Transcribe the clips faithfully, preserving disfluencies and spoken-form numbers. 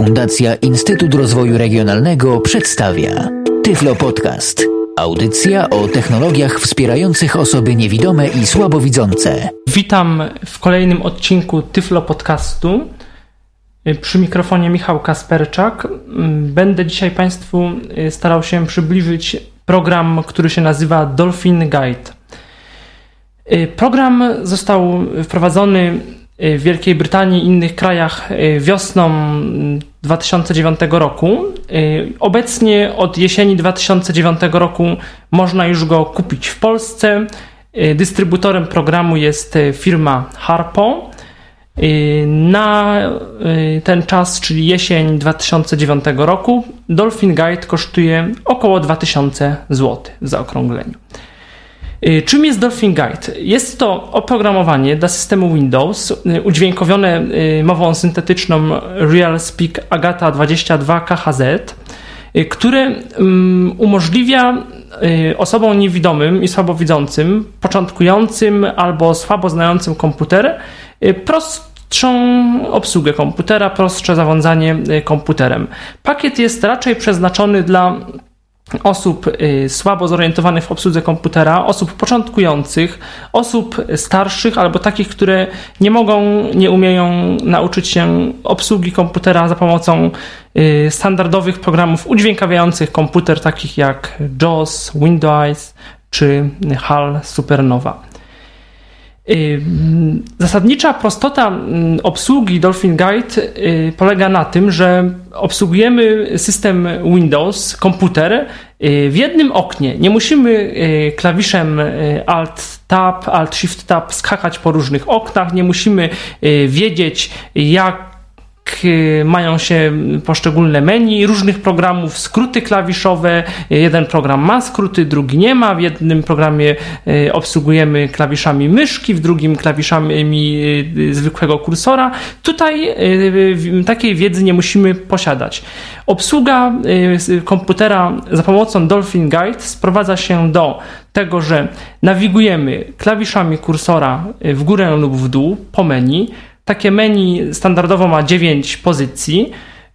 Fundacja Instytut Rozwoju Regionalnego przedstawia Tyflo Podcast. Audycja o technologiach wspierających osoby niewidome i słabowidzące. Witam w kolejnym odcinku Tyflo Podcastu. Przy mikrofonie Michał Kasperczak. Będę dzisiaj Państwu starał się przybliżyć program, który się nazywa Dolphin Guide. Program został wprowadzony w Wielkiej Brytanii i innych krajach wiosną dwa tysiące dziewiątego roku. Obecnie od jesieni dwa tysiące dziewiątego roku można już go kupić w Polsce. Dystrybutorem programu jest firma Harpo. Na ten czas, czyli jesień dwa tysiące dziewiątego roku, Dolphin Guide kosztuje około dwa tysiące złotych w zaokrągleniu. Czym jest Dolphin Guide? Jest to oprogramowanie dla systemu Windows udźwiękowione mową syntetyczną RealSpeak Agata dwadzieścia dwa K H Z, które umożliwia osobom niewidomym i słabowidzącym, początkującym albo słabo znającym komputer prostszą obsługę komputera, prostsze zarządzanie komputerem. Pakiet jest raczej przeznaczony dla osób słabo zorientowanych w obsłudze komputera, osób początkujących, osób starszych albo takich, które nie mogą, nie umieją nauczyć się obsługi komputera za pomocą standardowych programów udźwiękawiających komputer, takich jak JAWS, Windows czy H A L Supernowa. Zasadnicza prostota obsługi Dolphin Guide polega na tym, że obsługujemy system Windows, komputer w jednym oknie. Nie musimy klawiszem Alt-Tab, Alt-Shift-Tab skakać po różnych oknach, nie musimy wiedzieć, jak mają się poszczególne menu różnych programów, skróty klawiszowe. Jeden program ma skróty, drugi nie ma. W jednym programie obsługujemy klawiszami myszki, w drugim klawiszami zwykłego kursora. Tutaj takiej wiedzy nie musimy posiadać. Obsługa komputera za pomocą Dolphin Guide sprowadza się do tego, że nawigujemy klawiszami kursora w górę lub w dół po menu. Takie menu standardowo ma dziewięć pozycji.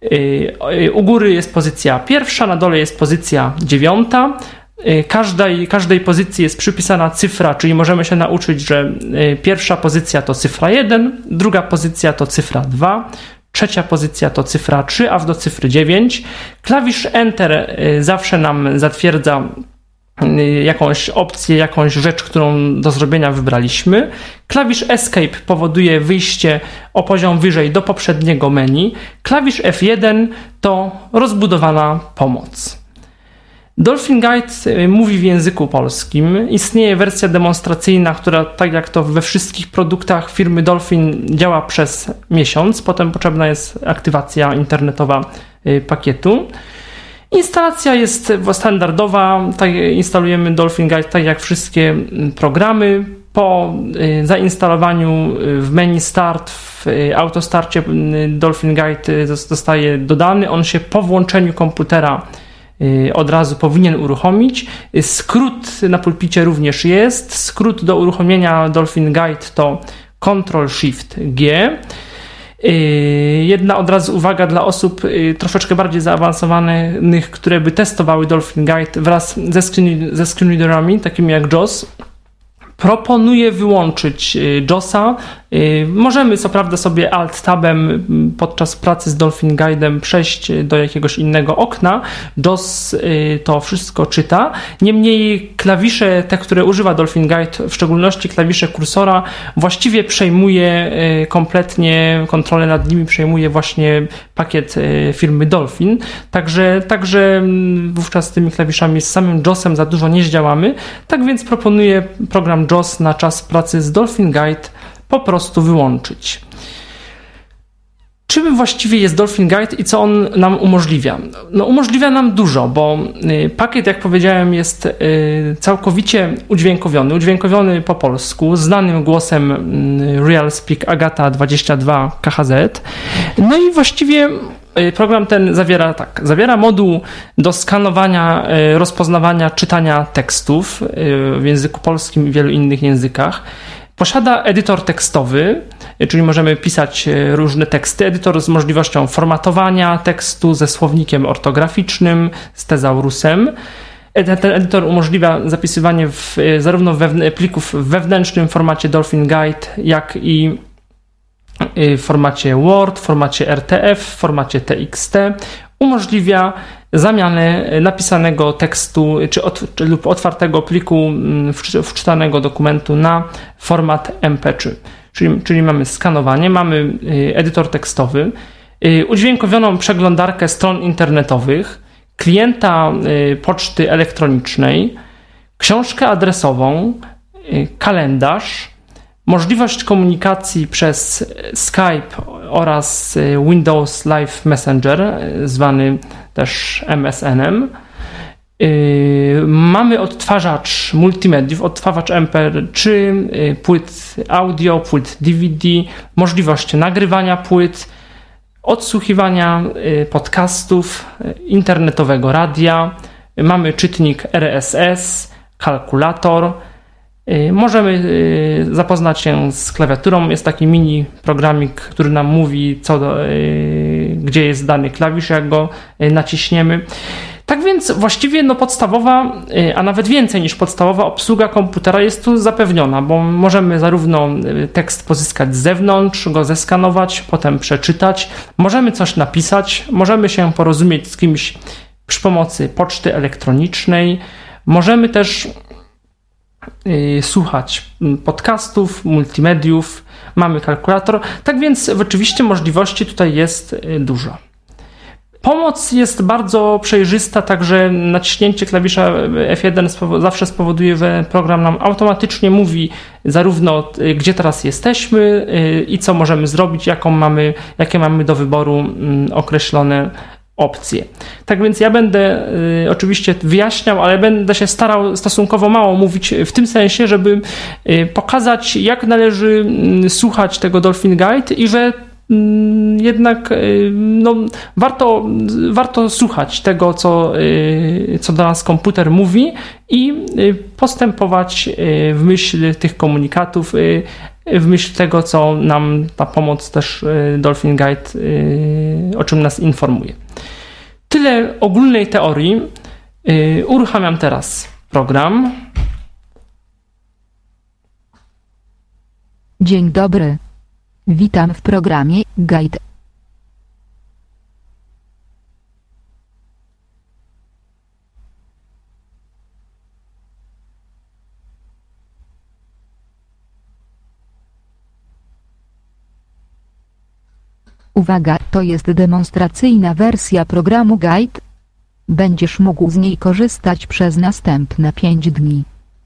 U góry jest pozycja pierwsza, na dole jest pozycja dziewiąta. Każdej, każdej pozycji jest przypisana cyfra, czyli możemy się nauczyć, że pierwsza pozycja to cyfra jeden, druga pozycja to cyfra dwa, trzecia pozycja to cyfra trzy, aż do cyfry dziewięć. Klawisz Enter zawsze nam zatwierdza jakąś opcję, jakąś rzecz, którą do zrobienia wybraliśmy. Klawisz Escape powoduje wyjście o poziom wyżej do poprzedniego menu. Klawisz F jeden to rozbudowana pomoc. Dolphin Guide mówi w języku polskim. Istnieje wersja demonstracyjna, która, tak jak to we wszystkich produktach firmy Dolphin, działa przez miesiąc. Potem potrzebna jest aktywacja internetowa pakietu. Instalacja jest standardowa, tak instalujemy Dolphin Guide tak jak wszystkie programy. Po zainstalowaniu w menu Start, w autostarcie Dolphin Guide zostaje dodany. On się po włączeniu komputera od razu powinien uruchomić. Skrót na pulpicie również jest. Skrót do uruchomienia Dolphin Guide to Control Shift G. Jedna od razu uwaga dla osób troszeczkę bardziej zaawansowanych, które by testowały Dolphin Guide wraz ze, screen, ze screenreaderami, takimi jak JAWS. Proponuję wyłączyć JAWSa. Możemy co prawda sobie Alt-Tabem podczas pracy z Dolphin Guide'em przejść do jakiegoś innego okna. JAWS to wszystko czyta. Niemniej klawisze, te, które używa Dolphin Guide, w szczególności klawisze kursora, właściwie przejmuje kompletnie kontrolę nad nimi, przejmuje właśnie pakiet firmy Dolphin. Także, także wówczas z tymi klawiszami, z samym JAWSem za dużo nie zdziałamy. Tak więc proponuję program JAWS na czas pracy z Dolphin Guide po prostu wyłączyć. Czym właściwie jest Dolphin Guide i co on nam umożliwia? No, umożliwia nam dużo, bo pakiet, jak powiedziałem, jest całkowicie udźwiękowiony, udźwiękowiony po polsku, znanym głosem RealSpeak Agata dwadzieścia dwa K H Z. No i właściwie program ten zawiera tak, zawiera moduł do skanowania, rozpoznawania, czytania tekstów w języku polskim i wielu innych językach. Posiada edytor tekstowy, czyli możemy pisać różne teksty. Edytor z możliwością formatowania tekstu, ze słownikiem ortograficznym, z tezaurusem. Ten edytor umożliwia zapisywanie w, zarówno wewn- plików w wewnętrznym formacie Dolphin Guide, jak i w formacie Word, w formacie R T F, w formacie T X T. Umożliwia zamianę napisanego tekstu czy, ot- czy lub otwartego pliku wczytanego dokumentu na format M P trzy. Czyli, czyli mamy skanowanie, mamy edytor tekstowy, udźwiękowioną przeglądarkę stron internetowych, klienta poczty elektronicznej, książkę adresową, kalendarz, możliwość komunikacji przez Skype oraz Windows Live Messenger, zwany też M S N-em. Mamy odtwarzacz multimediów, odtwarzacz M P trzy, płyt audio, płyt D V D, możliwość nagrywania płyt, odsłuchiwania podcastów, internetowego radia. Mamy czytnik R S S, kalkulator. Możemy zapoznać się z klawiaturą. Jest taki mini programik, który nam mówi, co do, gdzie jest dany klawisz, jak go naciśniemy. Tak więc właściwie no podstawowa, a nawet więcej niż podstawowa obsługa komputera jest tu zapewniona, bo możemy zarówno tekst pozyskać z zewnątrz, go zeskanować, potem przeczytać, możemy coś napisać, możemy się porozumieć z kimś przy pomocy poczty elektronicznej, możemy też słuchać podcastów, multimediów, mamy kalkulator, tak więc oczywiście możliwości tutaj jest dużo. Pomoc jest bardzo przejrzysta, także naciśnięcie klawisza F jeden zawsze spowoduje, że program nam automatycznie mówi zarówno gdzie teraz jesteśmy i co możemy zrobić, jaką mamy, jakie mamy do wyboru określone opcje. Tak więc ja będę y, oczywiście wyjaśniał, ale będę się starał stosunkowo mało mówić w tym sensie, żeby y, pokazać, jak należy y, słuchać tego Dolphin Guide i że y, jednak y, no, warto, warto słuchać tego, co, y, co do nas komputer mówi i y, postępować y, w myśl tych komunikatów, y, w myśl tego, co nam ta pomoc też y, Dolphin Guide, y, o czym nas informuje. Tyle ogólnej teorii. Yy, uruchamiam teraz program. Dzień dobry. Witam w programie Guide. Uwaga, to jest demonstracyjna wersja programu Guide. Będziesz mógł z niej korzystać przez następne pięć dni.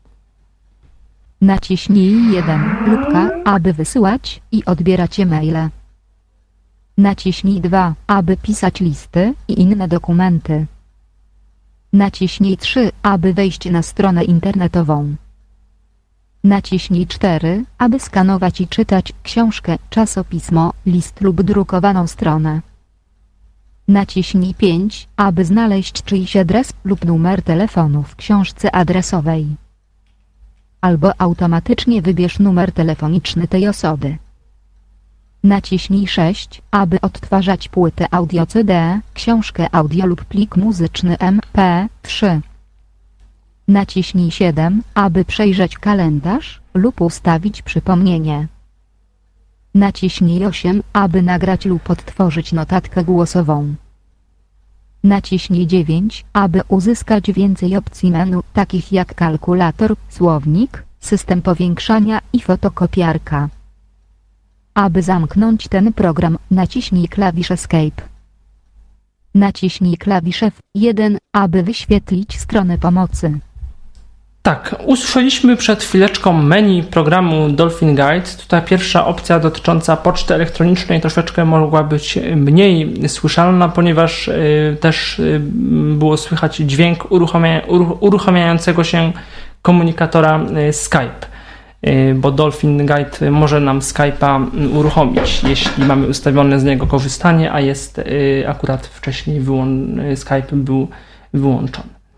Naciśnij jeden lubka, aby wysyłać i odbierać e-maile. Naciśnij dwa, aby pisać listy i inne dokumenty. Naciśnij trzy, aby wejść na stronę internetową. Naciśnij cztery, aby skanować i czytać książkę, czasopismo, list lub drukowaną stronę. Naciśnij pięć, aby znaleźć czyjś adres lub numer telefonu w książce adresowej. Albo automatycznie wybierz numer telefoniczny tej osoby. Naciśnij sześć, aby odtwarzać płytę audio C D, książkę audio lub plik muzyczny M P trzy. Naciśnij siedem, aby przejrzeć kalendarz lub ustawić przypomnienie. Naciśnij osiem, aby nagrać lub odtworzyć notatkę głosową. Naciśnij dziewięć, aby uzyskać więcej opcji menu, takich jak kalkulator, słownik, system powiększania i fotokopiarka. Aby zamknąć ten program, naciśnij klawisz Escape. Naciśnij klawisz F jeden, aby wyświetlić stronę pomocy. Tak, usłyszeliśmy przed chwileczką menu programu Dolphin Guide. Tutaj pierwsza opcja dotycząca poczty elektronicznej troszeczkę mogła być mniej słyszalna, ponieważ y, też y, było słychać dźwięk uruchamia, uruchamiającego się komunikatora y, Skype, y, bo Dolphin Guide może nam Skype'a uruchomić, jeśli mamy ustawione z niego korzystanie, a jest y, akurat wcześniej wyłą- Skype był wyłączony.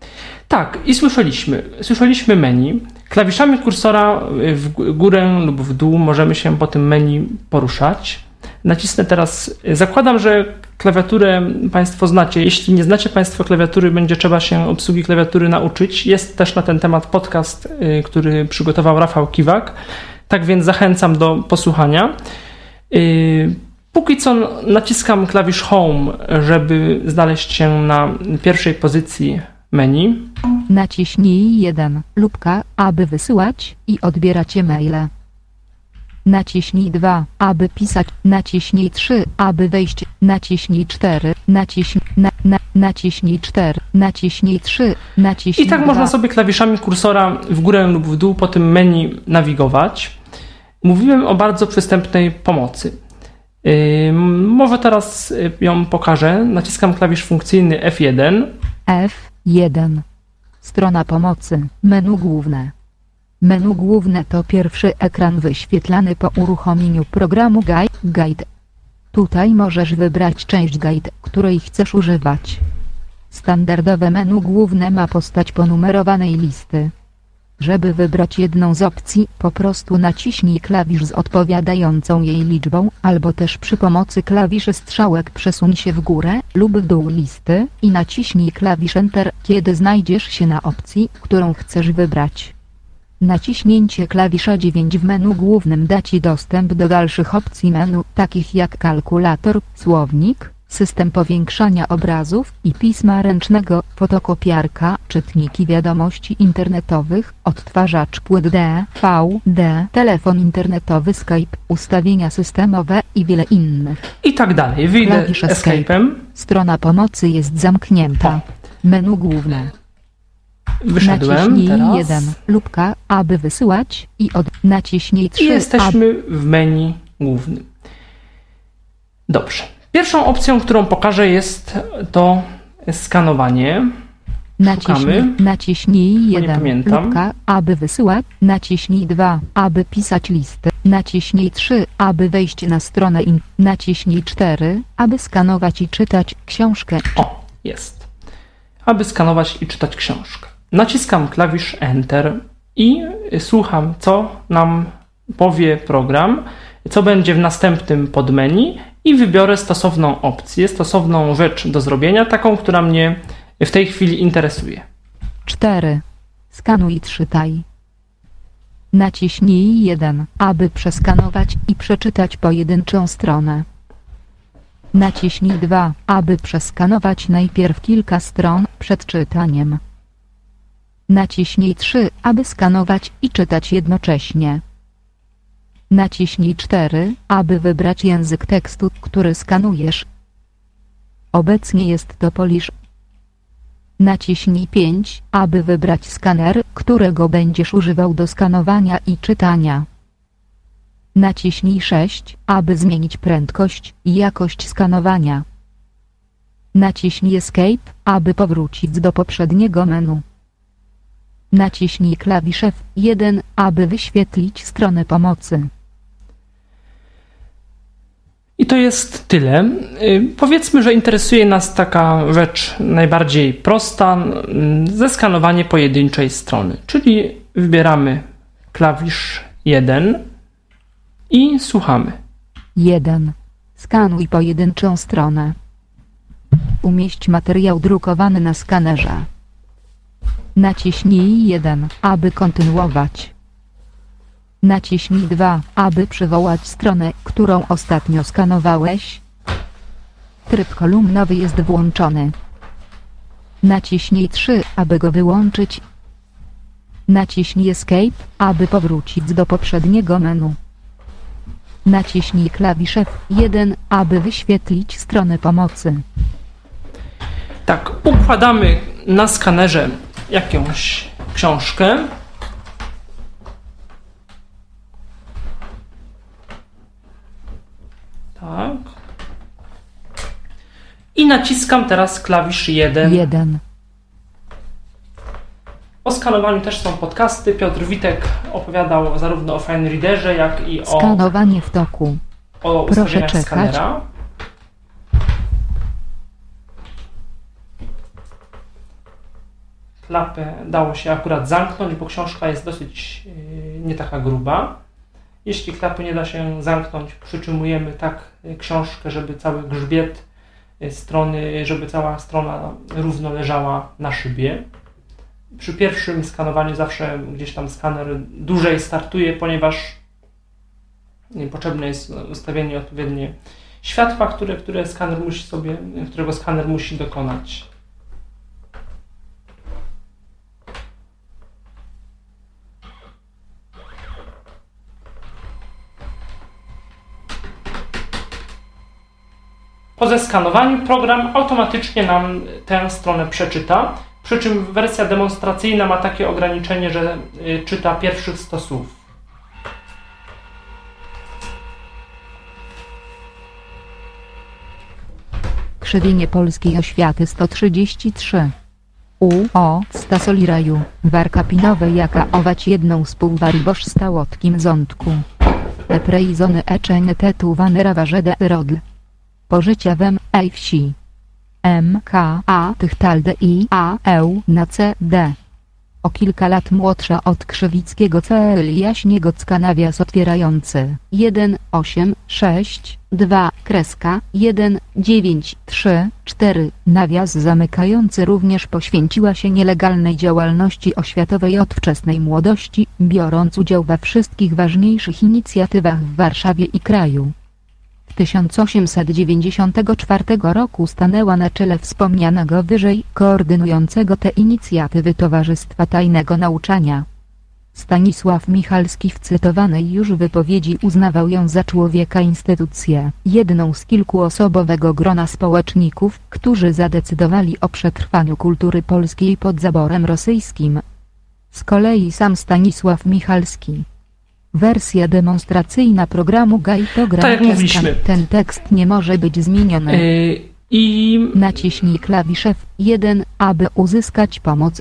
Tak, i słyszeliśmy. Słyszeliśmy menu. Klawiszami kursora w górę lub w dół możemy się po tym menu poruszać. Nacisnę teraz, zakładam, że klawiaturę Państwo znacie. Jeśli nie znacie Państwo klawiatury, będzie trzeba się obsługi klawiatury nauczyć. Jest też na ten temat podcast, który przygotował Rafał Kiwak. Tak więc zachęcam do posłuchania. Póki co naciskam klawisz Home, żeby znaleźć się na pierwszej pozycji menu. Naciśnij jeden lubka, aby wysyłać i odbierać e-maile. Naciśnij dwa, aby pisać. Naciśnij trzy, aby wejść. Naciśnij cztery. Naciśnij, na, na, naciśnij cztery. Naciśnij trzy. Naciśnij I tak dwa. można sobie klawiszami kursora w górę lub w dół po tym menu nawigować. Mówiłem o bardzo przystępnej pomocy. Yy, może teraz ją pokażę. Naciskam klawisz funkcyjny F jeden. F jeden. Strona pomocy. Menu główne. Menu główne to pierwszy ekran wyświetlany po uruchomieniu programu Guide. Guide. Tutaj możesz wybrać część Guide, której chcesz używać. Standardowe menu główne ma postać ponumerowanej listy. Żeby wybrać jedną z opcji, po prostu naciśnij klawisz z odpowiadającą jej liczbą, albo też przy pomocy klawiszy strzałek przesuń się w górę lub w dół listy i naciśnij klawisz Enter, kiedy znajdziesz się na opcji, którą chcesz wybrać. Naciśnięcie klawisza dziewięć w menu głównym da Ci dostęp do dalszych opcji menu, takich jak kalkulator, słownik, system powiększania obrazów i pisma ręcznego, fotokopiarka, czytniki wiadomości internetowych, odtwarzacz płyt D V D, telefon internetowy, Skype, ustawienia systemowe i wiele innych. I tak dalej. Wyjdę Klawisz Escape. Escape'em. Strona pomocy jest zamknięta. Menu główne. Wyszedłem Naciśnij teraz. jeden lubka, aby wysyłać i od... Naciśnij I trzy, jesteśmy w menu głównym. Dobrze. Pierwszą opcją, którą pokażę, jest to skanowanie. Naciśnij, Szukamy. naciśnij jeden pamiętam. lubka, aby wysyłać. Naciśnij dwa, aby pisać listy. Naciśnij trzy, aby wejść na stronę in. Naciśnij cztery, aby skanować i czytać książkę. O, jest. Aby skanować i czytać książkę. Naciskam klawisz Enter i słucham, co nam powie program, co będzie w następnym podmenu i wybiorę stosowną opcję, stosowną rzecz do zrobienia, taką, która mnie w tej chwili interesuje. cztery. Skanuj i czytaj. Naciśnij jeden, aby przeskanować i przeczytać pojedynczą stronę. Naciśnij dwa, aby przeskanować najpierw kilka stron przed czytaniem. Naciśnij trzy, aby skanować i czytać jednocześnie. Naciśnij cztery, aby wybrać język tekstu, który skanujesz. Obecnie jest to Polish. Naciśnij pięć, aby wybrać skaner, którego będziesz używał do skanowania i czytania. Naciśnij sześć, aby zmienić prędkość i jakość skanowania. Naciśnij Escape, aby powrócić do poprzedniego menu. Naciśnij klawisz F jeden, aby wyświetlić stronę pomocy. I to jest tyle. Powiedzmy, że interesuje nas taka rzecz najbardziej prosta, zeskanowanie pojedynczej strony. Czyli wybieramy klawisz jeden i słuchamy. jeden. Skanuj pojedynczą stronę. Umieść materiał drukowany na skanerze. Naciśnij jeden, aby kontynuować. Naciśnij dwa, aby przywołać stronę, którą ostatnio skanowałeś. Tryb kolumnowy jest włączony. Naciśnij trzy, aby go wyłączyć. Naciśnij Escape, aby powrócić do poprzedniego menu. Naciśnij klawisz F jeden, aby wyświetlić stronę pomocy. Tak, układamy na skanerze jakąś książkę. Tak. I naciskam teraz klawisz jeden. jeden. O skanowaniu też są podcasty. Piotr Witek opowiadał zarówno o Fine Readerze, jak i o, Skanowanie w toku. o Proszę ustawieniach czekać. skanera. klapę dało się akurat zamknąć, bo książka jest dosyć nie taka gruba. Jeśli klapy nie da się zamknąć, przytrzymujemy tak książkę, żeby cały grzbiet strony, żeby cała strona równo leżała na szybie. Przy pierwszym skanowaniu zawsze gdzieś tam skaner dłużej startuje, ponieważ potrzebne jest ustawienie odpowiednie światła, które, które skaner musi sobie, którego skaner musi dokonać. Po zeskanowaniu program automatycznie nam tę stronę przeczyta, przy czym wersja demonstracyjna ma takie ograniczenie, że czyta pierwszych sto słów. Krzywienie polskiej oświaty sto trzydzieści trzy. U o Stasoliraju, warkapinowej jaka ować jedną z półwaribosz stałotkim zątku. Epreizony eczeń tetu wanera warzede rodl. Pożycia wem ej wsi. M K A tych talde i A Eł na C D. O kilka lat młodsza od Krzywickiego C L jaśniego cka nawias otwierający jeden osiem sześć dwa kreska jeden dziewięć trzy cztery nawias zamykający również poświęciła się nielegalnej działalności oświatowej od wczesnej młodości, biorąc udział we wszystkich ważniejszych inicjatywach w Warszawie i kraju. W tysiąc osiemset dziewięćdziesiątym czwartym roku stanęła na czele wspomnianego wyżej koordynującego te inicjatywy Towarzystwa Tajnego Nauczania. Stanisław Michalski w cytowanej już wypowiedzi uznawał ją za człowieka instytucję, jedną z kilkuosobowego grona społeczników, którzy zadecydowali o przetrwaniu kultury polskiej pod zaborem rosyjskim. Z kolei sam Stanisław Michalski. Wersja demonstracyjna programu Gajtogram. Tak jak mówiliśmy. Ten tekst nie może być zmieniony. Yy, I naciśnij klawisz F jeden, aby uzyskać pomoc.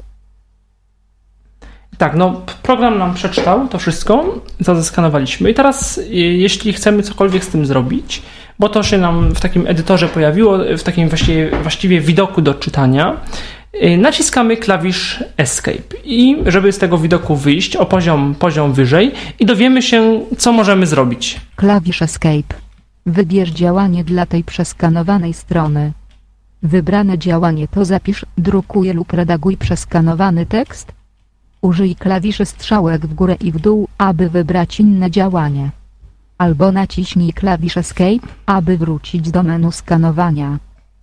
Tak, no program nam przeczytał to wszystko, co zeskanowaliśmy. I teraz jeśli chcemy cokolwiek z tym zrobić, bo to się nam w takim edytorze pojawiło, w takim właściwie, właściwie widoku do czytania, naciskamy klawisz Escape i żeby z tego widoku wyjść o poziom, poziom wyżej i dowiemy się, co możemy zrobić. Klawisz Escape. Wybierz działanie dla tej przeskanowanej strony. Wybrane działanie to zapisz, drukuj lub redaguj przeskanowany tekst. Użyj klawiszy strzałek w górę i w dół, aby wybrać inne działanie. Albo naciśnij klawisz Escape, aby wrócić do menu skanowania.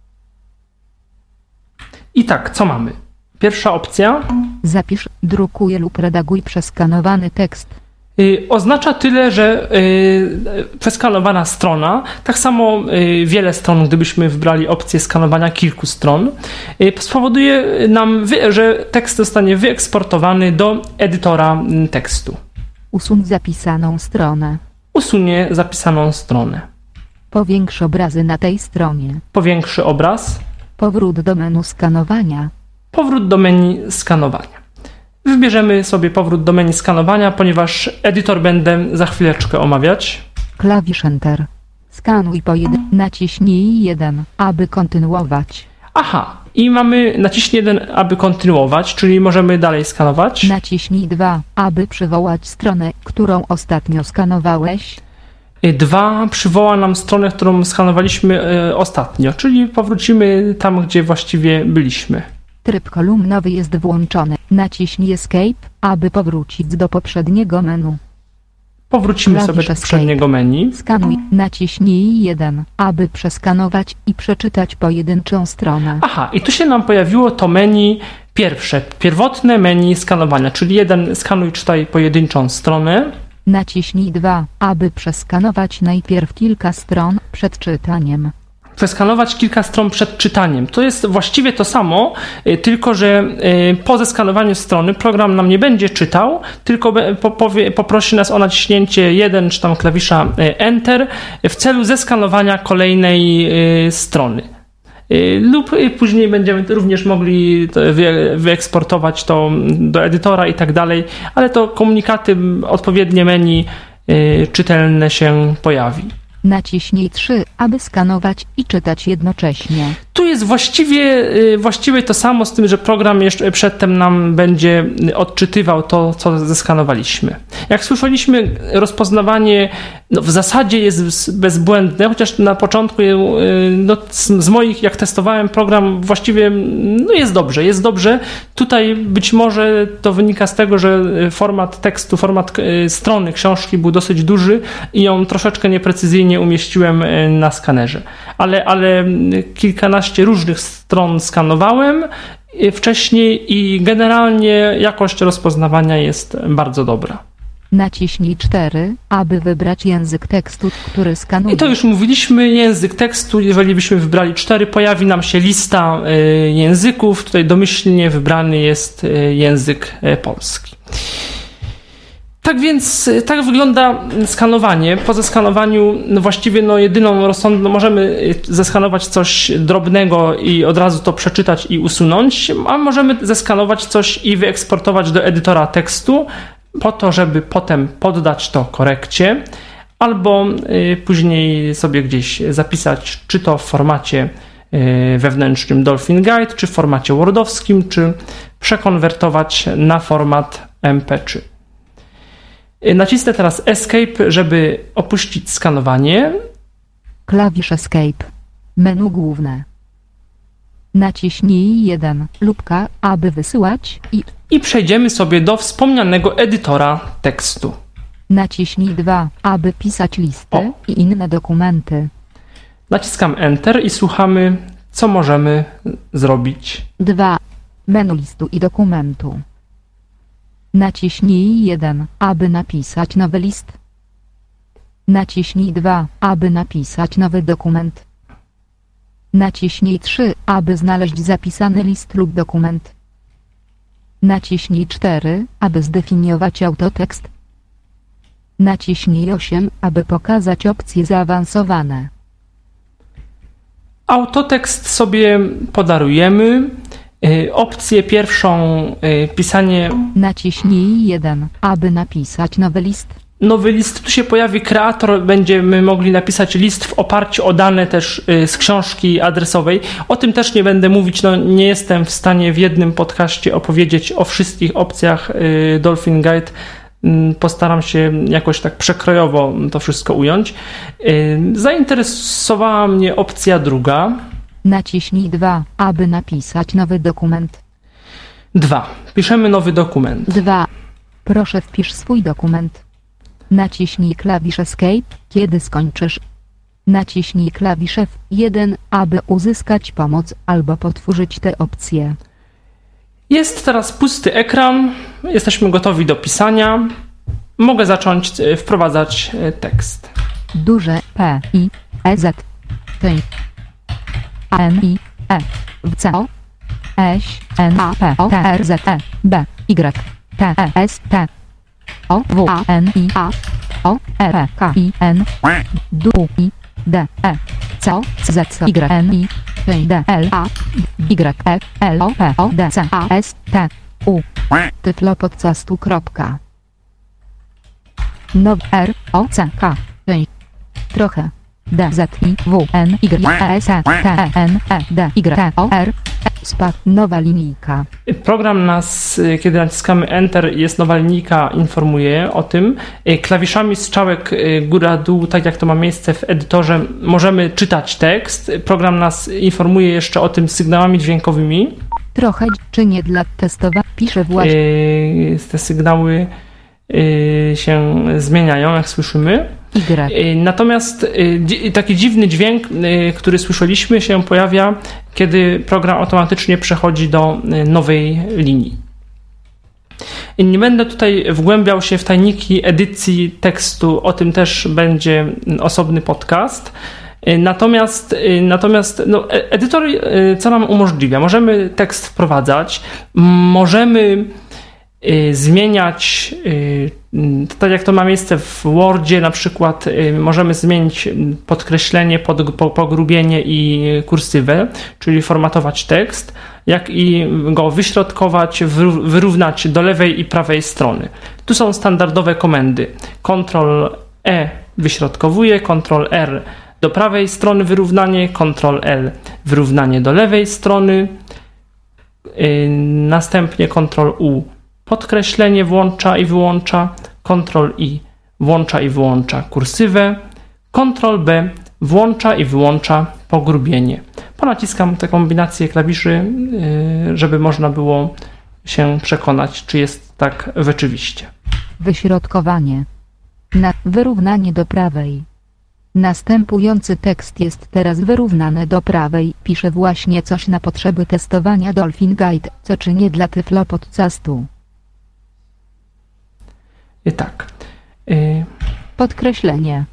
I tak, co mamy? Pierwsza opcja. Zapisz, drukuj lub redaguj przeskanowany tekst. Yy, oznacza tyle, że yy, przeskanowana strona, tak samo yy, wiele stron, gdybyśmy wybrali opcję skanowania kilku stron, yy, spowoduje nam, wy, że tekst zostanie wyeksportowany do edytora yy, tekstu. Usuń zapisaną stronę. Usunie zapisaną stronę. Powiększ obrazy na tej stronie. Powiększy obraz. Powrót do menu skanowania. Powrót do menu skanowania. Wybierzemy sobie powrót do menu skanowania, ponieważ edytor będę za chwileczkę omawiać. Klawisz Enter. Skanuj po jeden. Naciśnij jeden, aby kontynuować. Aha, i mamy naciśnij jeden, aby kontynuować, czyli możemy dalej skanować. Naciśnij dwa, aby przywołać stronę, którą ostatnio skanowałeś. dwa przywoła nam stronę, którą skanowaliśmy y, ostatnio, czyli powrócimy tam, gdzie właściwie byliśmy. Tryb kolumnowy jest włączony. Naciśnij Escape, aby powrócić do poprzedniego menu. Powrócimy Klawisz sobie do Escape. poprzedniego menu. Skanuj. Naciśnij jeden, aby przeskanować i przeczytać pojedynczą stronę. Aha, i tu się nam pojawiło to menu pierwsze, pierwotne menu skanowania, czyli jeden skanuj, czytaj pojedynczą stronę. Naciśnij dwa, aby przeskanować najpierw kilka stron przed czytaniem. Przeskanować kilka stron przed czytaniem. To jest właściwie to samo, tylko że po zeskanowaniu strony program nam nie będzie czytał, tylko powie, poprosi nas o naciśnięcie jeden czy tam klawisza Enter w celu zeskanowania kolejnej strony. Lub później będziemy również mogli wyeksportować to do edytora i tak dalej, ale to komunikaty, odpowiednie menu czytelne się pojawi. Naciśnij trzy, aby skanować i czytać jednocześnie. Tu jest właściwie, właściwie to samo, z tym, że program jeszcze przedtem nam będzie odczytywał to, co zeskanowaliśmy. Jak słyszeliśmy, rozpoznawanie no, w zasadzie jest bezbłędne, chociaż na początku no, z moich, jak testowałem program, właściwie no, jest dobrze, jest dobrze. Tutaj być może to wynika z tego, że format tekstu, format strony książki był dosyć duży i ją troszeczkę nieprecyzyjnie umieściłem na skanerze. Ale, ale kilkanaście różnych stron skanowałem wcześniej i generalnie jakość rozpoznawania jest bardzo dobra. Naciśnij cztery, aby wybrać język tekstu, który skanuje. I to już mówiliśmy, język tekstu, jeżeli byśmy wybrali cztery, pojawi nam się lista języków. Tutaj domyślnie wybrany jest język polski. Tak więc tak wygląda skanowanie. Po zeskanowaniu no właściwie no jedyną rozsądną, możemy zeskanować coś drobnego i od razu to przeczytać i usunąć, a możemy zeskanować coś i wyeksportować do edytora tekstu po to, żeby potem poddać to korekcie albo później sobie gdzieś zapisać, czy to w formacie wewnętrznym Dolphin Guide, czy w formacie wordowskim, czy przekonwertować na format em pe trzy. Nacisnę teraz Escape, żeby opuścić skanowanie. Klawisz Escape. Menu główne. Naciśnij jeden lub K, aby wysyłać i... I przejdziemy sobie do wspomnianego edytora tekstu. Naciśnij dwa, aby pisać listy O. i inne dokumenty. Naciskam Enter i słuchamy, co możemy zrobić. dwa. Menu listu i dokumentu. Naciśnij jeden, aby napisać nowy list. Naciśnij dwa, aby napisać nowy dokument. Naciśnij trzy, aby znaleźć zapisany list lub dokument. Naciśnij cztery, aby zdefiniować autotekst. Naciśnij osiem, aby pokazać opcje zaawansowane. Autotekst sobie podarujemy. Opcję pierwszą, pisanie... Naciśnij jeden, aby napisać nowy list. Nowy list, tu się pojawi kreator, będziemy mogli napisać list w oparciu o dane też z książki adresowej. O tym też nie będę mówić, no nie jestem w stanie w jednym podcaście opowiedzieć o wszystkich opcjach Dolphin Guide. Postaram się jakoś tak przekrojowo to wszystko ująć. Zainteresowała mnie opcja druga. Naciśnij dwa, aby napisać nowy dokument. dwa. Piszemy nowy dokument. dwa. Proszę wpisz swój dokument. Naciśnij klawisz Escape, kiedy skończysz. Naciśnij klawisz F jeden, aby uzyskać pomoc albo potworzyć tę opcję. Jest teraz pusty ekran. Jesteśmy gotowi do pisania. Mogę zacząć wprowadzać tekst. Duże P, I, E, Z, T, A, N, I, E, W, C, O, S, N, A, P, O, T, R, Z, E, B, Y, T, E, S, T, O, W, A, N, I, A, O, R, K, I, N, D, I, D, E, C, O, Z, C, Y, N, I, T, D, L, A, Y, E, L, O, P, O, D, C, A, S, T, U, tyflopodcastu. Now, R, O, C, K, T, trochę, D, Z, I, W, N, Y, E, S, T, E, N, E, D, Y, T, O, R, Spa, nowa linijka. Program nas, kiedy naciskamy Enter, jest nowa linijka, informuje o tym. Klawiszami strzałek góra-dół, tak jak to ma miejsce w edytorze, możemy czytać tekst. Program nas informuje jeszcze o tym sygnałami dźwiękowymi. Trochę czy nie dla testowania pisze właśnie. Te sygnały się zmieniają, jak słyszymy. Y. Natomiast taki dziwny dźwięk, który słyszeliśmy, się pojawia, kiedy program automatycznie przechodzi do nowej linii. Nie będę tutaj wgłębiał się w tajniki edycji tekstu, o tym też będzie osobny podcast. Natomiast, natomiast no, edytor co nam umożliwia? Możemy tekst wprowadzać, możemy zmieniać, tak jak to ma miejsce w Wordzie, na przykład możemy zmienić podkreślenie, pogrubienie i kursywę, czyli formatować tekst, jak i go wyśrodkować, wyrównać do lewej i prawej strony. Tu są standardowe komendy. kontrol E wyśrodkowuje, kontrol R do prawej strony wyrównanie, kontrol L wyrównanie do lewej strony, yy, następnie kontrol U podkreślenie włącza i wyłącza, kontrol I włącza i wyłącza kursywę, kontrol B włącza i wyłącza pogrubienie. Ponaciskam tę kombinację klawiszy, yy, żeby można było się przekonać, czy jest tak rzeczywiście. Wyśrodkowanie. Na wyrównanie do prawej. Następujący tekst jest teraz wyrównany do prawej. Piszę właśnie coś na potrzeby testowania Dolphin Guide, co czynię dla Tyflo Podcastu. I tak. Yy. Podkreślenie.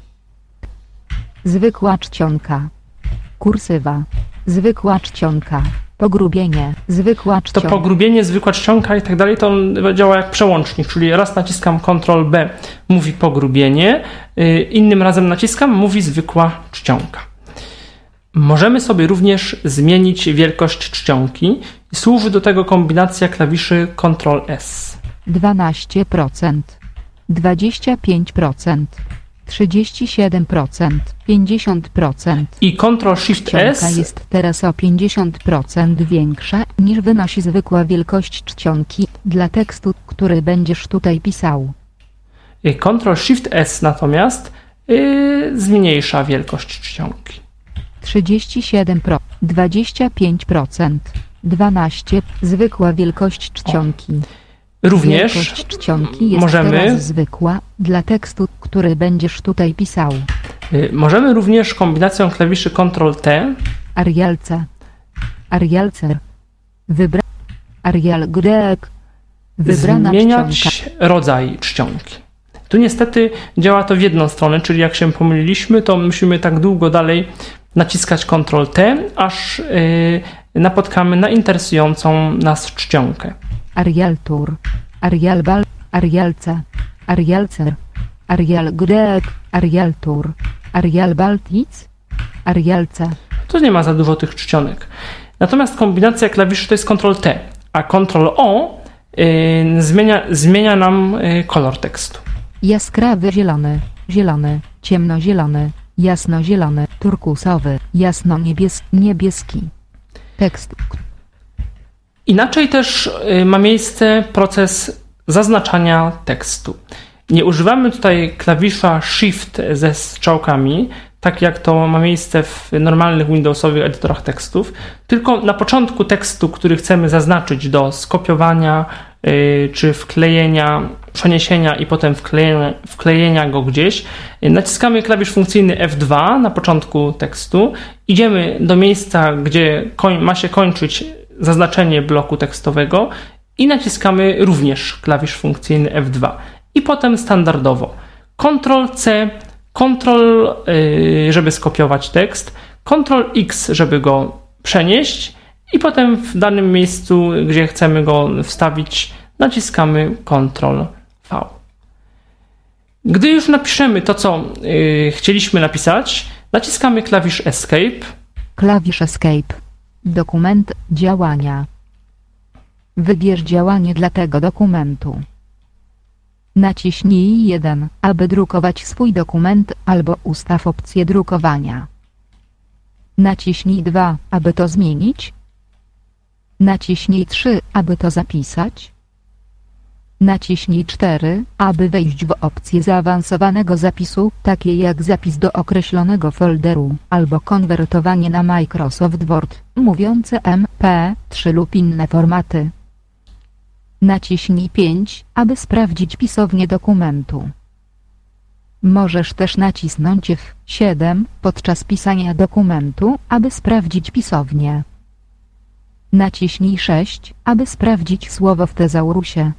Zwykła czcionka. Kursywa. Zwykła czcionka. Pogrubienie. Zwykła czcionka. To pogrubienie, zwykła czcionka i tak dalej, to on działa jak przełącznik, czyli raz naciskam kontrol B, mówi pogrubienie, yy, innym razem naciskam, mówi zwykła czcionka. Możemy sobie również zmienić wielkość czcionki i służy do tego kombinacja klawiszy kontrol S. dwanaście procent. dwadzieścia pięć procent. trzydzieści siedem procent, pięćdziesiąt procent. I kontrol shift S czcionka jest teraz o pięćdziesiąt procent większa niż wynosi zwykła wielkość czcionki dla tekstu, który będziesz tutaj pisał. kontrol shift S natomiast yy, zmniejsza wielkość czcionki. trzydzieści siedem procent, dwadzieścia pięć procent, dwanaście procent, zwykła wielkość czcionki. Również wielkość czcionki jest możemy, teraz zwykła dla tekstu, który będziesz tutaj pisał. Yy, możemy również kombinacją klawiszy kontrol T Arial C, Arial C, wybra Arial Grek, wybrana zmieniać czcionka. rodzaj czcionki. Tu niestety działa to w jedną stronę, czyli jak się pomyliliśmy, to musimy tak długo dalej naciskać kontrol T, aż yy, napotkamy na interesującą nas czcionkę. Arial Tour, Arial Bal, Arial C, Arial C, Arial Grek, Arial Tour, Arial Baltic, Arial C. Tu nie ma za dużo tych czcionek. Natomiast kombinacja klawiszy to jest kontrol T, a kontrol O yy, zmienia, zmienia nam yy, kolor tekstu. Jaskrawy zielony, zielony, ciemnozielony, jasnozielony, turkusowy, jasno-niebieski, niebieski. Tekst. Inaczej też ma miejsce proces zaznaczania tekstu. Nie używamy tutaj klawisza Shift ze strzałkami, tak jak to ma miejsce w normalnych Windowsowych edytorach tekstów, tylko na początku tekstu, który chcemy zaznaczyć do skopiowania yy, czy wklejenia, przeniesienia i potem wklejenia, wklejenia go gdzieś, naciskamy klawisz funkcyjny F dwa na początku tekstu, idziemy do miejsca, gdzie koń, ma się kończyć zaznaczenie bloku tekstowego i naciskamy również klawisz funkcyjny F dwa. I potem standardowo kontrol C, kontrol, żeby skopiować tekst, kontrol X, żeby go przenieść i potem w danym miejscu, gdzie chcemy go wstawić, naciskamy kontrol V. Gdy już napiszemy to, co chcieliśmy napisać, naciskamy klawisz Escape. Klawisz Escape. Dokument działania. Wybierz działanie dla tego dokumentu. Naciśnij jeden, aby drukować swój dokument, albo ustaw opcję drukowania. Naciśnij dwa, aby to zmienić. Naciśnij trzy, aby to zapisać. Naciśnij cztery, aby wejść w opcję zaawansowanego zapisu, takie jak zapis do określonego folderu, albo konwertowanie na Microsoft Word, mówiące M P trzy lub inne formaty. Naciśnij pięć, aby sprawdzić pisownię dokumentu. Możesz też nacisnąć F siedem podczas pisania dokumentu, aby sprawdzić pisownię. Naciśnij sześć, aby sprawdzić słowo w tezaurusie.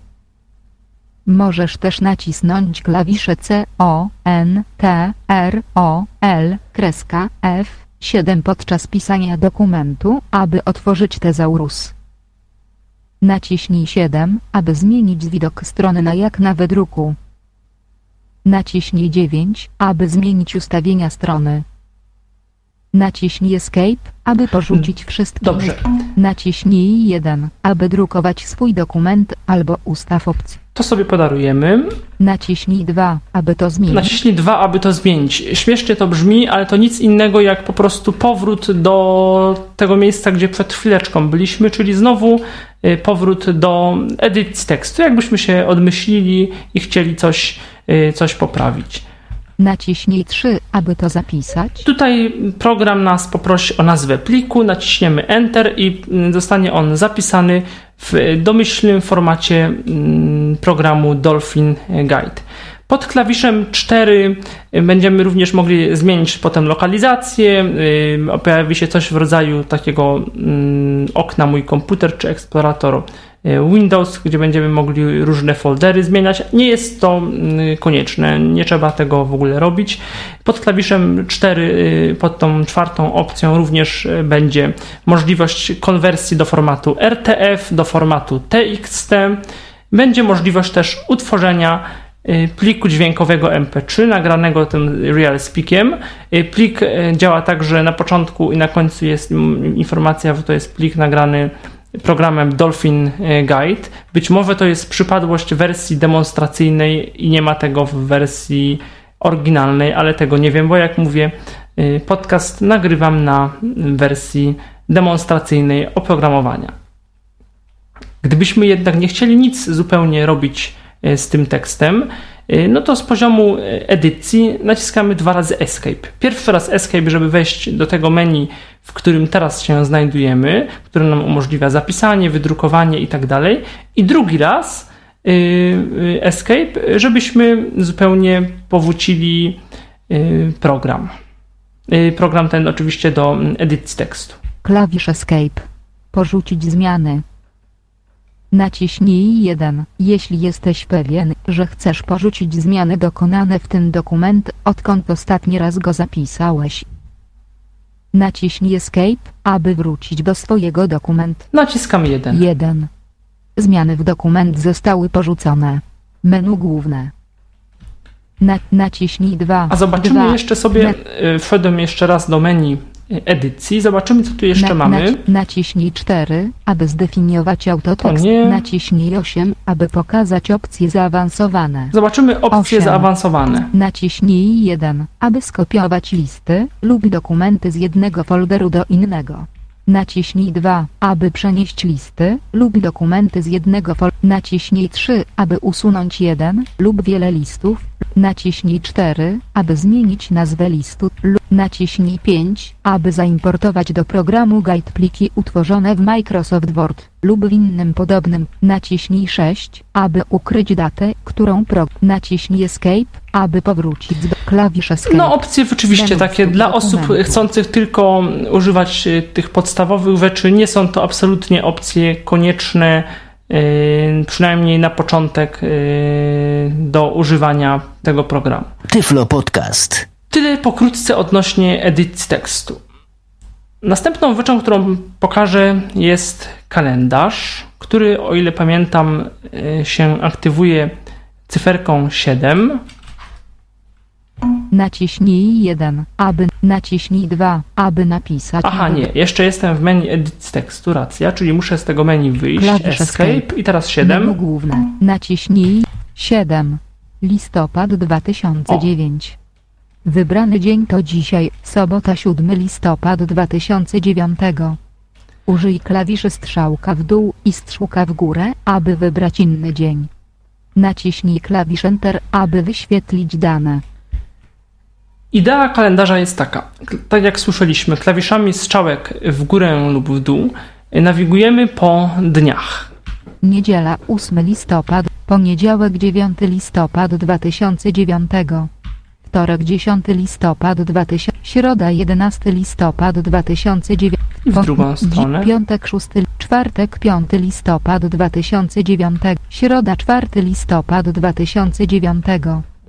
Możesz też nacisnąć klawisze C, O, N, T, R, O, L, kreska, F siedem podczas pisania dokumentu, aby otworzyć tezaurus. Naciśnij siedem, aby zmienić widok strony na jak na wydruku. Naciśnij dziewięć, aby zmienić ustawienia strony. Naciśnij Escape, aby porzucić wszystkie. Dobrze. Naciśnij jeden, aby drukować swój dokument, albo ustaw opcję. To sobie podarujemy. Naciśnij dwa, aby to zmienić. Naciśnij dwa, aby to zmienić. Śmiesznie to brzmi, ale to nic innego jak po prostu powrót do tego miejsca, gdzie przed chwileczką byliśmy, czyli znowu powrót do edycji tekstu, jakbyśmy się odmyślili i chcieli coś, coś poprawić. Naciśnij trzy, aby to zapisać. Tutaj program nas poprosi o nazwę pliku, naciśniemy Enter i zostanie on zapisany w domyślnym formacie programu Dolphin Guide. Pod klawiszem cztery będziemy również mogli zmienić potem lokalizację. Pojawi się coś w rodzaju takiego okna Mój komputer czy eksplorator Windows, gdzie będziemy mogli różne foldery zmieniać. Nie jest to konieczne, nie trzeba tego w ogóle robić. Pod klawiszem cztery, pod tą czwartą opcją również będzie możliwość konwersji do formatu R T F, do formatu T X T. Będzie możliwość też utworzenia pliku dźwiękowego M P trzy nagranego tym RealSpeakiem. Plik działa tak, że na początku i na końcu jest informacja, że to jest plik nagrany programem Dolphin Guide. Być może to jest przypadłość wersji demonstracyjnej i nie ma tego w wersji oryginalnej, ale tego nie wiem, bo jak mówię, podcast nagrywam na wersji demonstracyjnej oprogramowania. Gdybyśmy jednak nie chcieli nic zupełnie robić z tym tekstem, no to z poziomu edycji naciskamy dwa razy Escape. Pierwszy raz Escape, żeby wejść do tego menu, w którym teraz się znajdujemy, które nam umożliwia zapisanie, wydrukowanie i tak dalej. I drugi raz Escape, żebyśmy zupełnie powrócili program. Program ten oczywiście do edycji tekstu. Klawisz Escape. Porzucić zmiany. Naciśnij jeden, jeśli jesteś pewien, że chcesz porzucić zmiany dokonane w tym dokument, odkąd ostatni raz go zapisałeś. Naciśnij Escape, aby wrócić do swojego dokumentu. Naciskam jeden. jeden. Zmiany w dokument zostały porzucone. Menu główne. Na, naciśnij dwa. A zobaczymy dwa. jeszcze sobie, na... wszedłem jeszcze raz do menu edycji, zobaczymy co tu jeszcze na, mamy. Naci, naciśnij cztery, aby zdefiniować autotekst. Naciśnij osiem, aby pokazać opcje zaawansowane. Zobaczymy opcje osiem. Zaawansowane. Naciśnij jeden, aby skopiować listy lub dokumenty z jednego folderu do innego. Naciśnij dwa, aby przenieść listy lub dokumenty z jednego folderu. Naciśnij trzy, aby usunąć jeden lub wiele listów. Naciśnij cztery, aby zmienić nazwę listu. Naciśnij pięć, aby zaimportować do programu Guide pliki utworzone w Microsoft Word lub w innym podobnym. Naciśnij sześć, aby ukryć datę, którą pro... Naciśnij Escape, aby powrócić do klawisz Escape. No opcje oczywiście takie dla osób chcących tylko używać tych podstawowych rzeczy. Nie są to absolutnie opcje konieczne, Yy, przynajmniej na początek yy, do używania tego programu. Tyflo Podcast. Tyle pokrótce odnośnie edycji tekstu. Następną rzeczą, którą pokażę, jest kalendarz, który, o ile pamiętam, yy, się aktywuje cyferką siedem. Naciśnij jeden, aby naciśnij dwa, aby napisać. Aha, nie, jeszcze jestem w menu edycji tekstu, racja, czyli muszę z tego menu wyjść, Klawisz escape, escape i teraz siedem. Menu główne. Naciśnij siedem. Listopad dwa tysiące dziewiąty. Wybrany dzień to dzisiaj, sobota siódmy listopada dwa tysiące dziewiąty. Użyj klawiszy strzałka w dół i strzałka w górę, aby wybrać inny dzień. Naciśnij klawisz Enter, aby wyświetlić dane. Idea kalendarza jest taka, tak jak słyszeliśmy, klawiszami strzałek w górę lub w dół nawigujemy po dniach. Niedziela ósmy listopada, poniedziałek dziewiąty listopada dwa tysiące dziewiąty, wtorek dziesiąty listopada dwa tysiące, środa jedenasty listopada dwa tysiące dziewiąty, w drugą stronę, piątek szósty, czwartek piąty listopada dwa tysiące dziewiąty, środa czwarty listopada dwa tysiące dziewiąty.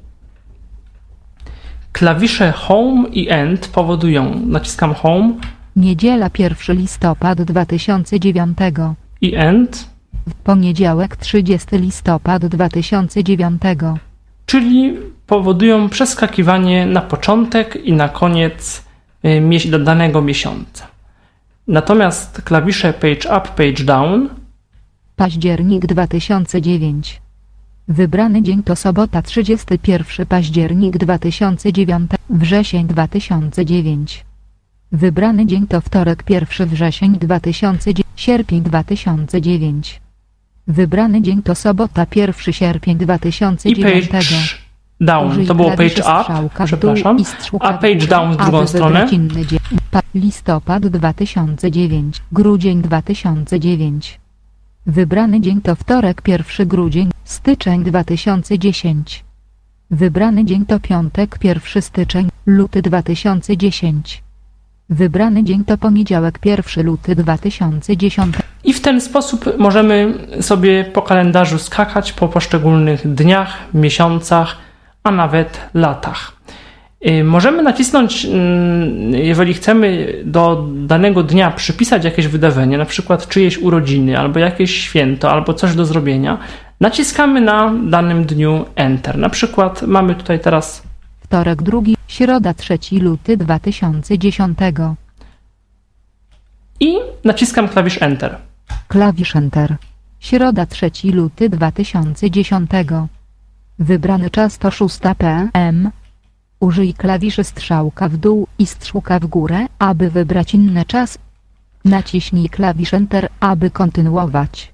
Klawisze Home i End powodują, naciskam Home. Niedziela pierwszy listopada dwa tysiące dziewiąty. I End. Poniedziałek trzydziesty listopada dwa tysiące dziewiąty. Czyli powodują przeskakiwanie na początek i na koniec y, danego miesiąca. Natomiast klawisze page up, page down. Październik dwa tysiące dziewięć. Wybrany dzień to sobota trzydziesty pierwszy październik dwa tysiące dziewięć. Wrzesień dwa tysiące dziewięć. Wybrany dzień to wtorek pierwszy wrzesień dwa tysiące dziewięć. Sierpień dwa tysiące dziewięć. Wybrany dzień to sobota pierwszy sierpień dwa tysiące dziewięć. I page down, to było page up, przepraszam, a page down w drugą stronę. Listopad dwa tysiące dziewięć, grudzień dwa tysiące dziewięć. Wybrany dzień to wtorek pierwszy grudzień, styczeń dwa tysiące dziesięć. Wybrany dzień to piątek pierwszy styczeń, luty dwa tysiące dziesięć. Wybrany dzień to poniedziałek pierwszy luty dwa tysiące dziesięć. I w ten sposób możemy sobie po kalendarzu skakać po poszczególnych dniach, miesiącach, a nawet latach. Możemy nacisnąć, jeżeli chcemy do danego dnia przypisać jakieś wydarzenie, na przykład czyjeś urodziny, albo jakieś święto, albo coś do zrobienia, naciskamy na danym dniu Enter. Na przykład mamy tutaj teraz wtorek drugi, środa trzeci luty dwa tysiące dziesięć. I naciskam klawisz Enter. Klawisz Enter. Środa trzeci luty dwa tysiące dziesięć. Wybrany czas to szósta p m. Użyj klawiszy strzałka w dół i strzałka w górę, aby wybrać inny czas. Naciśnij klawisz Enter, aby kontynuować.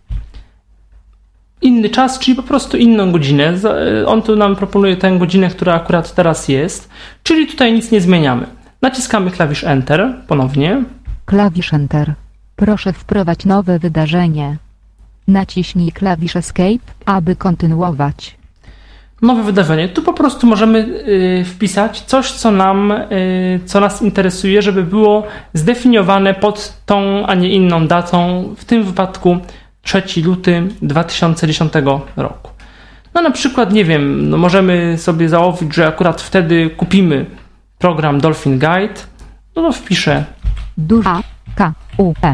Inny czas, czyli po prostu inną godzinę. On tu nam proponuje tę godzinę, która akurat teraz jest, czyli tutaj nic nie zmieniamy. Naciskamy klawisz Enter ponownie. Klawisz Enter. Proszę wprowadź nowe wydarzenie. Naciśnij klawisz Escape, aby kontynuować. Nowe wydarzenie. Tu po prostu możemy y, wpisać coś, co nam, y, co nas interesuje, żeby było zdefiniowane pod tą, a nie inną datą, w tym wypadku trzeci luty dwa tysiące dziesiątego roku. No na przykład, nie wiem, no możemy sobie założyć, że akurat wtedy kupimy program Dolphin Guide, no to wpiszę duża K U E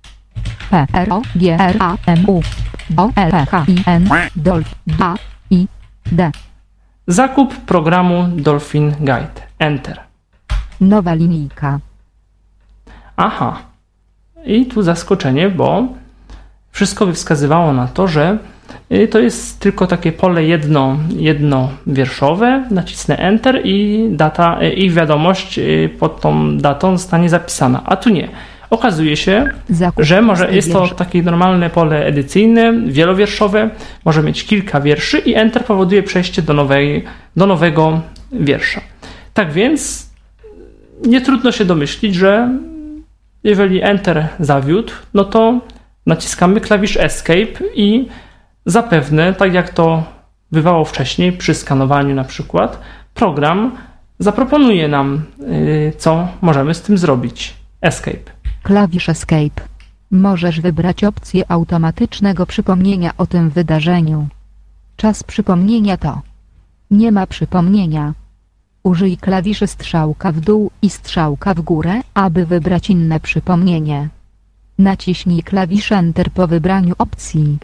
P R O G R A M U O L P H I N Dolphin A I D. Zakup programu Dolphin Guide. Enter. Nowa linijka. Aha. I tu zaskoczenie, bo wszystko by wskazywało na to, że to jest tylko takie pole jedno, jednowierszowe. Nacisnę Enter i data i wiadomość pod tą datą zostanie zapisana. A tu nie. Okazuje się, Zakup że może jest to takie normalne pole edycyjne, wielowierszowe, może mieć kilka wierszy i Enter powoduje przejście do, nowej, do nowego wiersza. Tak więc nie trudno się domyślić, że jeżeli Enter zawiódł, no to naciskamy klawisz Escape i zapewne, tak jak to bywało wcześniej przy skanowaniu na przykład, program zaproponuje nam, co możemy z tym zrobić. Escape. Klawisz Escape. Możesz wybrać opcję automatycznego przypomnienia o tym wydarzeniu. Czas przypomnienia to nie ma przypomnienia. Użyj klawiszy strzałka w dół i strzałka w górę, aby wybrać inne przypomnienie. Naciśnij klawisz Enter po wybraniu opcji.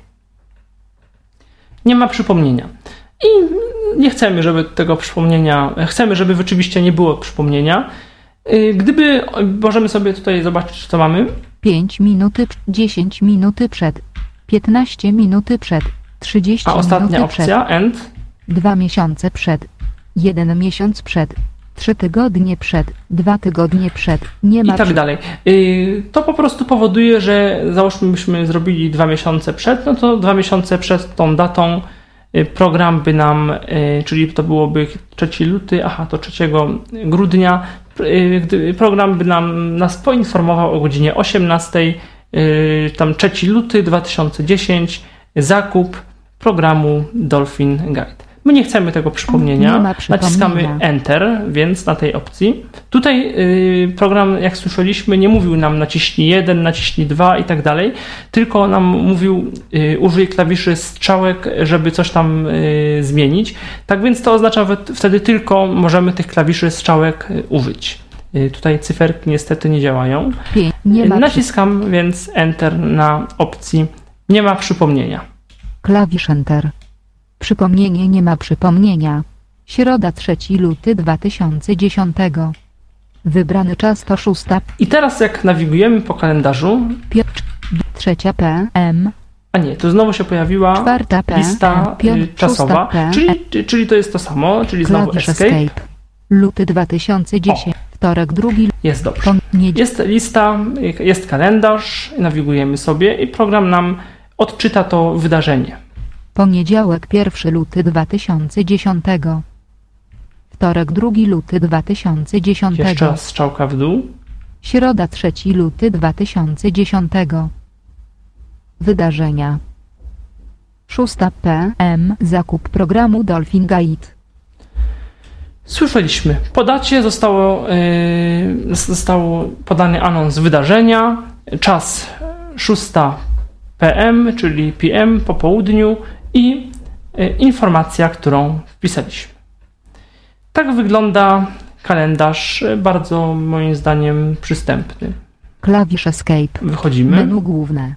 Nie ma przypomnienia. I nie chcemy, żeby tego przypomnienia, chcemy, żeby rzeczywiście nie było przypomnienia. Gdyby, możemy sobie tutaj zobaczyć, co mamy. pięć minuty, dziesięć minuty przed, piętnaście minuty przed, trzydzieści A ostatnia minuty opcja, przed, end. dwa miesiące przed, jeden miesiąc przed, trzy tygodnie przed, dwa tygodnie przed, nie ma i tak przy... dalej. To po prostu powoduje, że załóżmy byśmy zrobili dwa miesiące przed, no to dwa miesiące przed tą datą program by nam, czyli to byłoby trzeci luty, aha, to trzeciego grudnia, program by nam nas poinformował o godzinie osiemnastej, tam trzeci luty dwa tysiące dziesiąty, zakup programu Dolphin Guide. My nie chcemy tego przypomnienia, naciskamy Enter, więc na tej opcji. Tutaj program, jak słyszeliśmy, nie mówił nam naciśnij jeden, naciśnij dwa i tak dalej, tylko nam mówił użyj klawiszy strzałek, żeby coś tam zmienić. Tak więc to oznacza, że wtedy tylko możemy tych klawiszy strzałek użyć. Tutaj cyferki niestety nie działają. Nie ma Naciskam przy... więc Enter na opcji nie ma przypomnienia. Klawisz Enter. Przypomnienie nie ma przypomnienia. Środa trzeci luty dwa tysiące dziesiąty. Wybrany czas to szósta. I teraz jak nawigujemy po kalendarzu, Piotr, trzecia P M. a nie, tu znowu się pojawiła Czwarta P, lista Piotr, y, czasowa, P, czyli, czyli to jest to samo, czyli znowu Klawisz escape. escape. Luty dwa tysiące dziesiąty. Wtorek drugi. Jest dobrze. Poniedziałek. Jest lista, jest kalendarz, nawigujemy sobie i program nam odczyta to wydarzenie. Poniedziałek pierwszy luty dwa tysiące dziesiąty. Wtorek drugi luty dwa tysiące dziesiąty. Jeszcze raz strzałka w dół. Środa trzeci luty dwa tysiące dziesiąty. Wydarzenia. szósta P M. Zakup programu Dolphin Guide. Słyszeliśmy. Po dacie zostało, yy, został podany anons wydarzenia. Czas szósta P M, czyli P M po południu i yy, informacja, którą wpisaliśmy. Tak wygląda kalendarz, bardzo moim zdaniem przystępny. Klawisz Escape. Wychodzimy. Menu główne.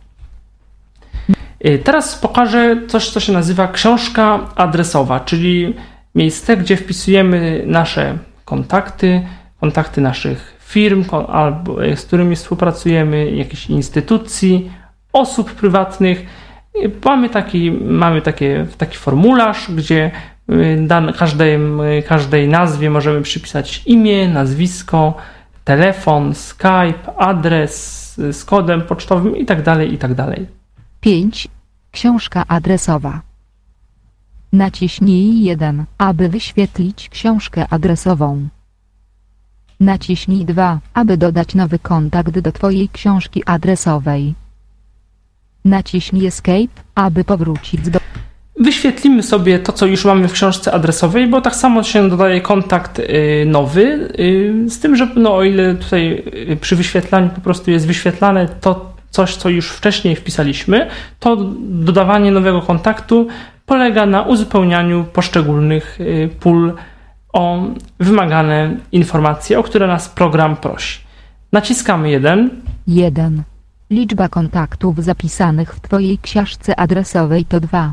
Yy, teraz pokażę coś, co się nazywa książka adresowa, czyli miejsce, gdzie wpisujemy nasze kontakty, kontakty naszych firm, albo z którymi współpracujemy, jakichś instytucji, osób prywatnych. Mamy taki, mamy takie, taki formularz, gdzie dan, każdej, każdej nazwie możemy przypisać imię, nazwisko, telefon, Skype, adres z kodem pocztowym itd., itd. pięć. Książka adresowa. Naciśnij jeden, aby wyświetlić książkę adresową. Naciśnij dwa, aby dodać nowy kontakt do Twojej książki adresowej. Naciśnij Escape, aby powrócić do... Wyświetlimy sobie to, co już mamy w książce adresowej, bo tak samo się dodaje kontakt nowy, z tym, że no, o ile tutaj przy wyświetlaniu po prostu jest wyświetlane to coś, co już wcześniej wpisaliśmy, to dodawanie nowego kontaktu polega na uzupełnianiu poszczególnych pól o wymagane informacje, o które nas program prosi. Naciskamy jeden. jeden. Liczba kontaktów zapisanych w Twojej książce adresowej to dwa.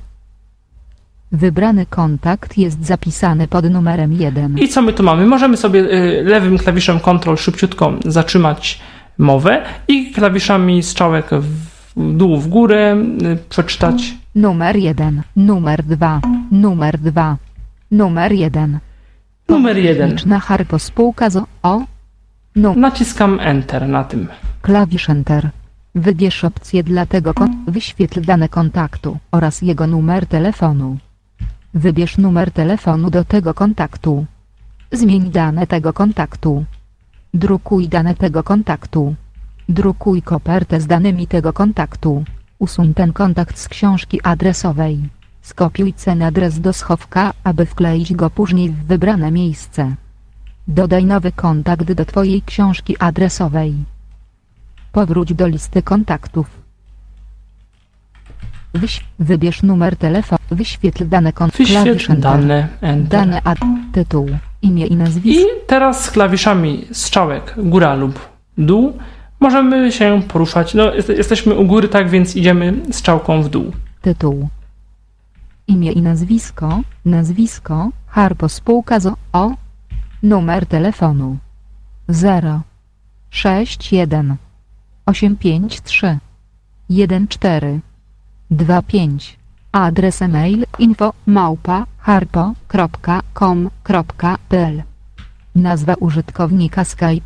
Wybrany kontakt jest zapisany pod numerem jeden. I co my tu mamy? Możemy sobie lewym klawiszem Ctrl szybciutko zatrzymać mowę i klawiszami strzałek w dół, w górę przeczytać. Numer jeden, numer dwa, numer dwa, numer jeden. Numer jeden. Na Harpo spółka z O. No. Naciskam Enter na tym. Klawisz Enter. Wybierz opcję dla tego kon- wyświetl dane kontaktu oraz jego numer telefonu. Wybierz numer telefonu do tego kontaktu. Zmień dane tego kontaktu. Drukuj dane tego kontaktu. Drukuj kopertę z danymi tego kontaktu. Usuń ten kontakt z książki adresowej. Skopiuj ten adres do schowka, aby wkleić go później w wybrane miejsce. Dodaj nowy kontakt do Twojej książki adresowej. Powróć do listy kontaktów. Wyś- wybierz numer telefonu. Wyświetl dane kontakty. Wyświetl dane. Enter. Dane ad, tytuł, imię i nazwisko. I teraz z klawiszami strzałek góra lub dół możemy się poruszać. No, jest, jesteśmy u góry, tak więc idziemy strzałką w dół. Tytuł. Imię i nazwisko. Nazwisko. Harpo spółka z O. Numer telefonu. zero sześć jeden osiem pięć trzy jeden cztery dwa pięć. Adres e-mail info małpa harpo kropka com kropka p l. Nazwa użytkownika Skype.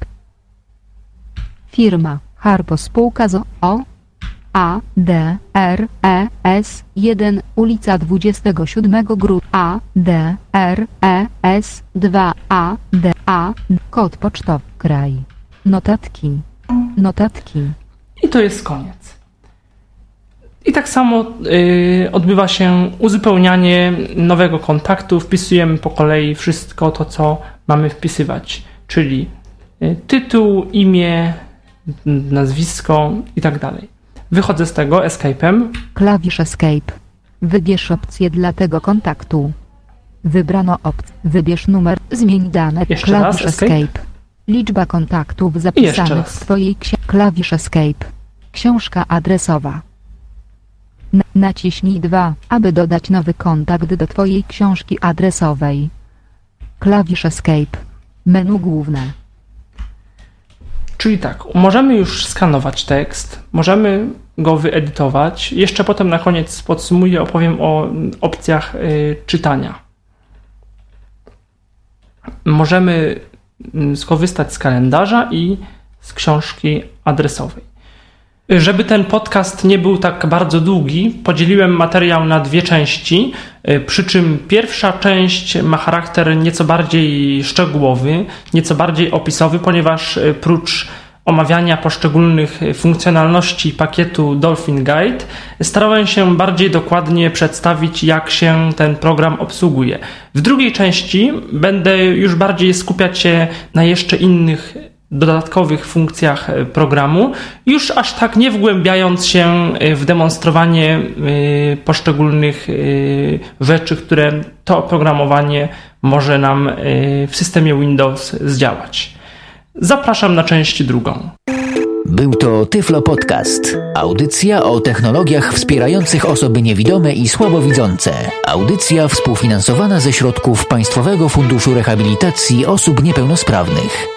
Firma Harpo spółka z O. A D R E S jeden ulica dwudziestego siódmego grudnia A D R E S dwa A D A kod pocztowy kraj. Notatki. Notatki. I to jest koniec. I tak samo y, odbywa się uzupełnianie nowego kontaktu. Wpisujemy po kolei wszystko to, co mamy wpisywać, czyli y, tytuł, imię, nazwisko i tak dalej. Wychodzę z tego escape'em. Klawisz Escape. Wybierz opcję dla tego kontaktu. Wybrano opcję. Wybierz numer. Zmień dane. Jeszcze Klawisz raz, escape. Escape. Liczba kontaktów jeszcze zapisanych raz. w Twojej książce. Klawisz Escape. Książka adresowa. N- naciśnij dwa, aby dodać nowy kontakt do Twojej książki adresowej. Klawisz Escape. Menu główne. Czyli tak, możemy już skanować tekst, możemy go wyedytować. Jeszcze potem na koniec podsumuję, opowiem o opcjach y, czytania. Możemy skorzystać z kalendarza i z książki adresowej. Żeby ten podcast nie był tak bardzo długi, podzieliłem materiał na dwie części, przy czym pierwsza część ma charakter nieco bardziej szczegółowy, nieco bardziej opisowy, ponieważ prócz omawiania poszczególnych funkcjonalności pakietu Dolphin Guide starałem się bardziej dokładnie przedstawić, jak się ten program obsługuje. W drugiej części będę już bardziej skupiać się na jeszcze innych dodatkowych funkcjach programu, już aż tak nie wgłębiając się w demonstrowanie poszczególnych rzeczy, które to oprogramowanie może nam w systemie Windows zdziałać. Zapraszam na część drugą. Był to Tyflo Podcast. Audycja o technologiach wspierających osoby niewidome i słabowidzące. Audycja współfinansowana ze środków Państwowego Funduszu Rehabilitacji Osób Niepełnosprawnych.